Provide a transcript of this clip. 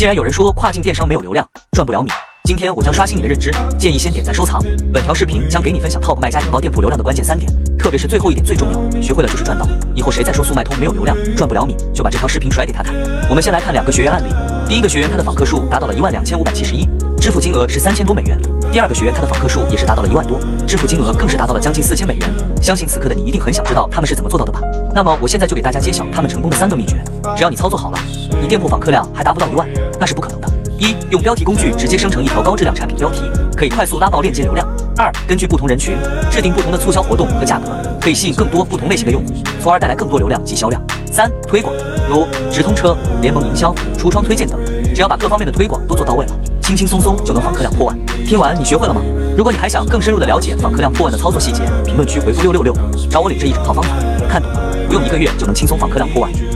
既然有人说跨境电商没有流量赚不了米，今天我将刷新你的认知，建议先点赞收藏。本条视频将给你分享 Top 卖家引爆店铺流量的关键3点，特别是最后一点最重要，学会了就是赚到。以后谁再说速卖通没有流量赚不了米，就把这条视频甩给他看。我们先来看2个学员案例。第一个学员他的访客数达到了12571，支付金额是3000多美元。第二个学员他的访客数也是达到了1万多，支付金额更是达到了将近4000美元。相信此刻的你一定很想知道他们是怎么做到的吧？那么我现在就给大家揭晓他们成功的3个秘诀。只要你操作好了，你店铺访客量还达不到1万，那是不可能的。1. 用标题工具直接生成一条高质量产品标题，可以快速拉爆链接流量。2. 根据不同人群制定不同的促销活动和价格，可以吸引更多不同类型的用户，从而带来更多流量及销量。3. 推广，如直通车、联盟营销、橱窗推荐等，只要把各方面的推广都做到位了，轻轻松松就能访客量破万。听完你学会了吗？如果你还想更深入的了解访客量破万的操作细节，评论区回复666，找我领着一整套方法，看懂了，不用1个月就能轻松访客量破万。